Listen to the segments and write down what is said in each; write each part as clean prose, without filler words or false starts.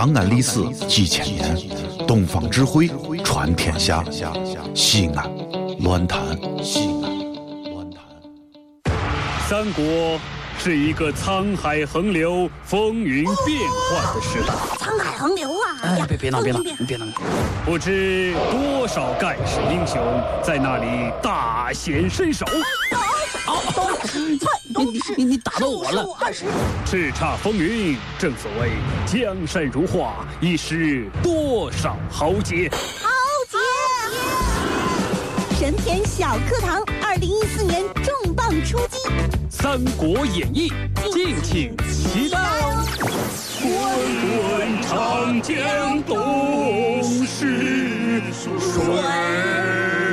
长安历史几千年，东方智慧传天下。西安乱谈西安乱谈。 三国是一个沧海横流、风云变幻的时代。 沧海横流啊！ 哎，别闹，你别闹！ 不知多少盖世英雄在那里大显身手。 你打到我了 ！15、20， 叱咤风云，正所谓江山如画，一时多少豪杰。 豪杰！神篇小课堂2014年重磅出击，《 三国演义》，敬请期待哦！滚滚长江东逝水。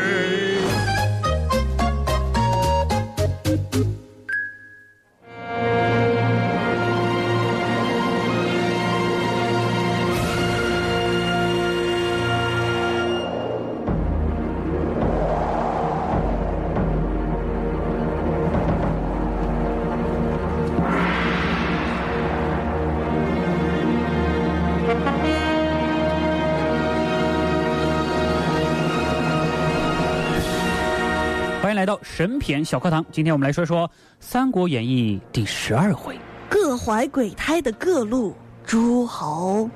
欢迎来到神篇小课堂。今天我们来说说《三国演义》第12回， 各怀鬼胎的各路诸侯。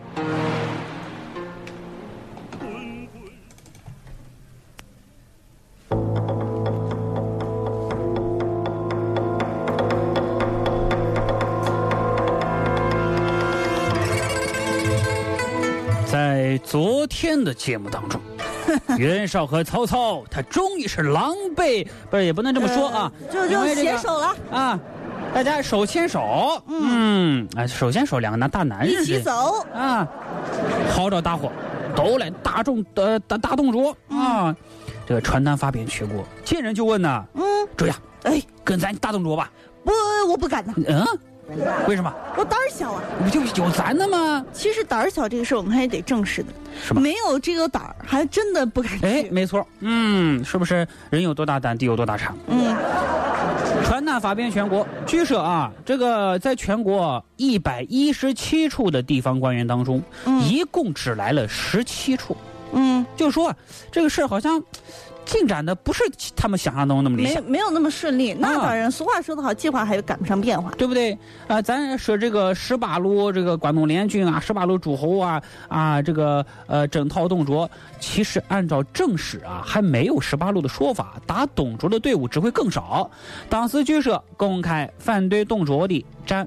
在昨天的节目当中，袁绍和曹操他终于是狼狈，不是也不能这么说啊， 就携手了啊，大家手牵手，手牵手，两个大男人一起走啊，号召大伙都来大动作啊！这个传单发遍全国，见人就问呐，周呀，跟咱大动作吧？ 我不敢呢。 为什么？ 我胆儿小啊！ 不就有咱的吗？ 其实胆儿小这个事儿，我们还得正视的， 是吧？ 没有这个胆儿，还真的不敢去。 没错，是不是人有多大胆，地有多大产？传单发遍全国，据说啊，这个在全国117处的地方官员当中，一共只来了17处。就是说这个事儿好像进展的不是他们想象中那么理想， 没有那么顺利。那当然，俗话说得好，计划还赶不上变化， 对不对？咱说这个18路这个关东联军啊，18路诸侯这个整套董卓，其实按照正史啊，还没有18路的说法，打董卓的队伍只会更少。当时据说公开反对董卓的占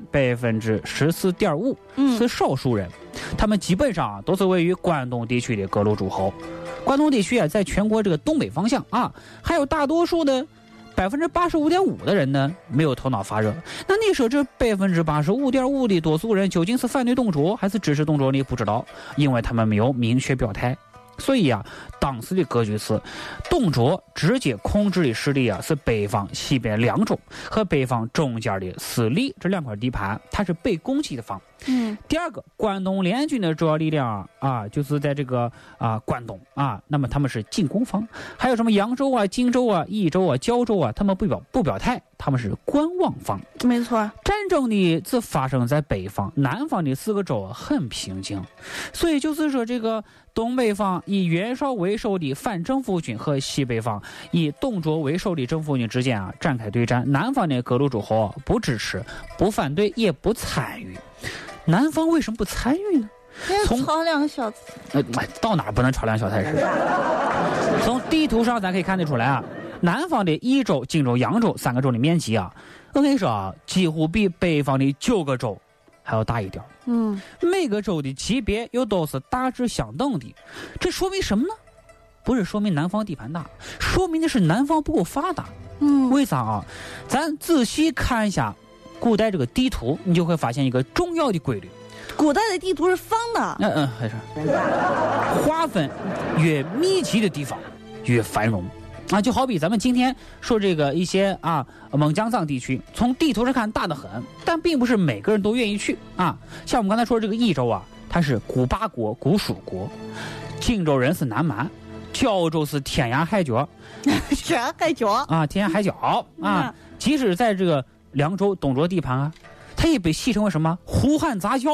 14.5%，是少数人，他们基本上都是位于关东地区的各路诸侯。关东地区啊，在全国这个东北方向啊，还有大多数的85.5%的人呢，没有头脑发热。那你说这85.5%的多数人究竟是反对董卓还是支持董卓呢？不知道，因为他们没有明确表态。所以啊，当时的格局是，董卓直接控制的势力啊，是北方西边2州和北方中间的4里这2块地盘，它是被攻击的方。第二个，关东联军的主要力量就是在这个关东啊，那么他们是进攻方。还有什么扬州啊、荆州啊、益州啊、胶州啊，他们不表态，他们是观望方。 没错， 战争呢只发生在北方，南方的4个州很平静。所以就是说，这个东北方以袁绍为首的反政府军和西北方以董卓为首的政府军之间展开对战。南方的各路诸侯不支持、不反对、也不参与。南方为什么不参与呢？ 炒两个小菜， 到哪不能炒两小菜是？从地图上咱可以看得出来南方的益州、荆州、扬州3个州的面积我跟你说几乎比北方的9个州还要大一点。每个州的级别又都是大致相等的，这说明什么呢？不是说明南方地盘大，说明的是南方不够发达。为啥咱仔细看一下古代这个地图，你就会发现一个重要的规律。 古代的地图是方的， 还是划分越密集的地方越繁荣就好比咱们今天说这个一些蒙江藏地区，从地图上看大得很，但并不是每个人都愿意去像我们刚才说这个益州它是古八国、古蜀国，荆州人是南蛮，胶州是天涯海角， 天涯海角天涯海角即使在这个凉州董卓地盘它也被戏称为什么胡汉杂交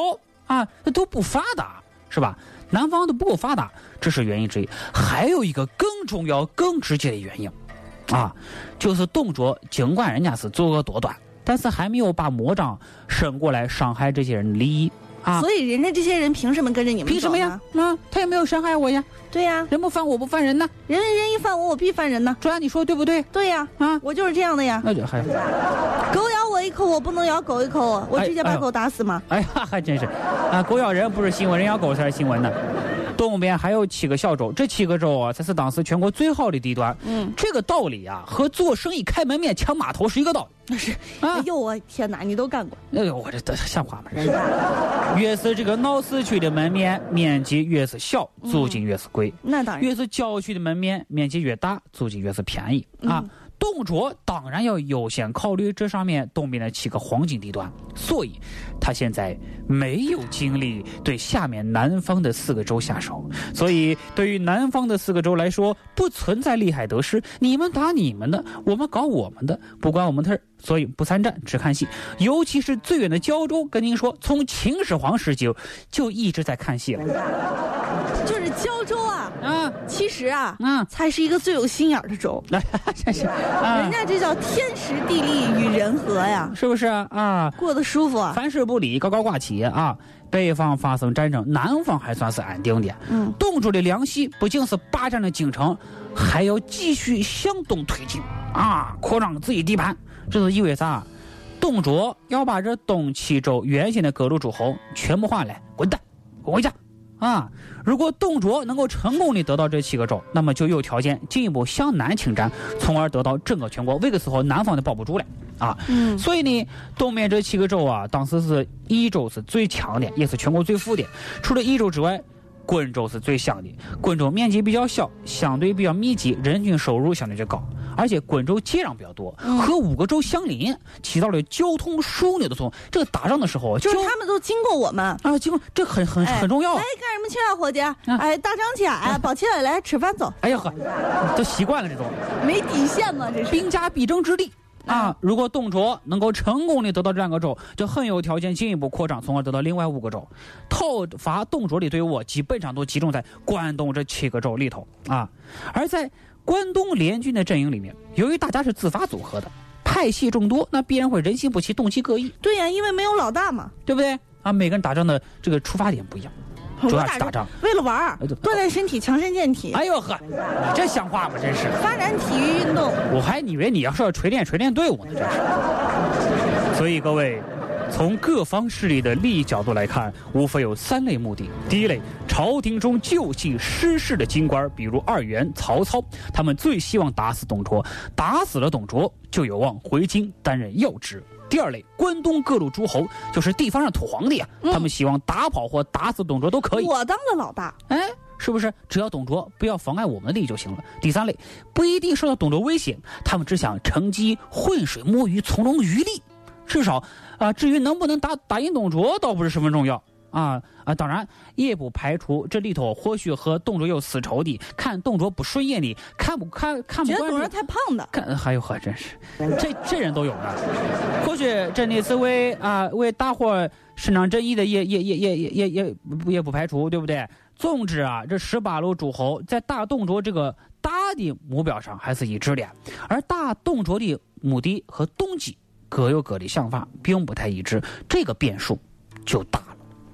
啊，那都不发达，是吧？南方都不够发达，这是原因之一。还有一个更重要、更直接的原因，啊，就是董卓尽管人家是作恶多端，但是还没有把魔杖伸过来伤害这些人的利益。啊， 所以人家这些人凭什么跟着你们走呢？ 凭什么呀？他也没有伤害我呀。 对呀， 人不犯我不犯人呢。 人一犯我，我必犯人呢。 主要你说对不对？ 对呀，我就是这样的呀。 那就还狗咬我一口，我不能咬狗一口啊，我直接把狗打死吗？ 哎呀，还真是啊！狗咬人不是新闻，人咬狗才是新闻呢。东边还有7个小州，这7个州啊才是当时全国最好的地段。这个道理啊，和做生意开门面抢码头是一个道理。 那是，哎呦我天哪，你都干过？ 哎呦，我这像话吗？越是这个闹市区的门面面积越是小，租金越是贵。 那当然。 越是郊区的门面面积越大，租金越是便宜啊。董卓当然要优先考虑这上面东边的7个黄金地段，所以他现在没有精力对下面南方的4个州下手。所以对于南方的4个州来说，不存在利害得失，你们打你们的，我们搞我们的，不关我们的事。所以不参战，只看戏。尤其是最远的胶州，跟您说，从秦始皇时期就一直在看戏了。 就是胶州其实才是一个最有心眼的州。 真是人家这叫天时地利与人和呀， 是不是啊？ 过得舒服啊。 凡事不理，高高挂起啊。北方发生战争，南方还算是安定的。董卓的梁系不仅是霸占了京城，还要继续向东推进啊，扩张自己地盘。这是意味啥？董卓要把这东7州原先的各路诸侯全部换来，滚蛋，滚回家啊！如果董卓能够成功的得到这7个州，那么就有条件进一步向南侵占，从而得到整个全国。这个时候南方就保不住了啊！所以呢，东面这7个州啊，当时是益州是最强的，也是全国最富的。除了益州之外，滚州是最香的。滚州面积比较小，相对比较密集，人均收入相对就高，而且滚州接壤比较多，和5个州相邻，起到了交通枢纽的作用。这个打仗的时候， 就是他们都经过我们啊，经过这很重要。 干什么去啊，伙计？打仗去啊！抱起来，来吃饭走。 哎呀呵，都习惯了这种没底线嘛，这是兵家必争之地。如果董卓能够成功的得到这2个州，就很有条件进一步扩张，从而得到另外5个州。讨伐董卓的队伍基本上都集中在关东这7个州里头啊。而在关东联军的阵营里面，由于大家是自发组合的，派系众多，那必然会人心不齐，动机各异。 对呀，因为没有老大嘛， 对不对啊？每个人打仗的这个出发点不一样。主要是打仗， 为了玩锻炼身体，强身健体。 哎呦呵，你这像话吗？真是发展体育运动。 我还以为你要是要锤炼队伍呢，真是。所以各位，从各方势力的利益角度来看，无非有3类目的。第一类，朝廷中旧系失势的京官，比如2袁、曹操，他们最希望打死董卓，打死了董卓就有望回京担任要职。第2类，关东各路诸侯，就是地方上土皇帝啊，他们希望打跑或打死董卓都可以。 我当了老大， 是不是？只要董卓不要妨碍我们的利益就行了。第3类，不一定受到董卓威胁，他们只想乘机浑水摸鱼，从中渔利。至少至于能不能打赢董卓，倒不是十分重要。当然也不排除这里头或许和董卓有私仇的，看董卓不顺眼的，看不惯， 觉得董卓太胖的， 还有真是这人都有呢。或许真的是为大伙伸张正义的，也不排除，对不对？总之这18路诸侯在打董卓这个大的目标上还是一致的，而打董卓的目的和动机各有各的想法，并不太一致，这个变数就大了。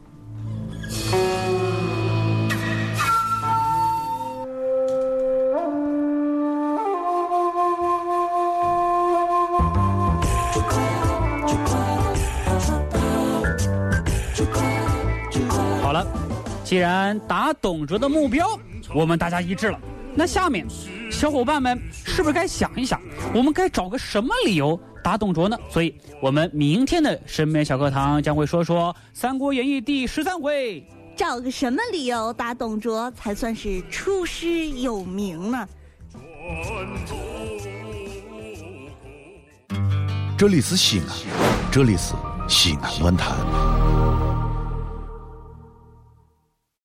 好了，既然打董卓的目标我们大家一致了，那下面小伙伴们是不是该想一想，我们该找个什么理由打董卓呢？所以我们明天的身边小课堂将会说说《三国演义》第13回， 找个什么理由打董卓才算是出师有名呢？ 这里是西安，这里是西安论坛。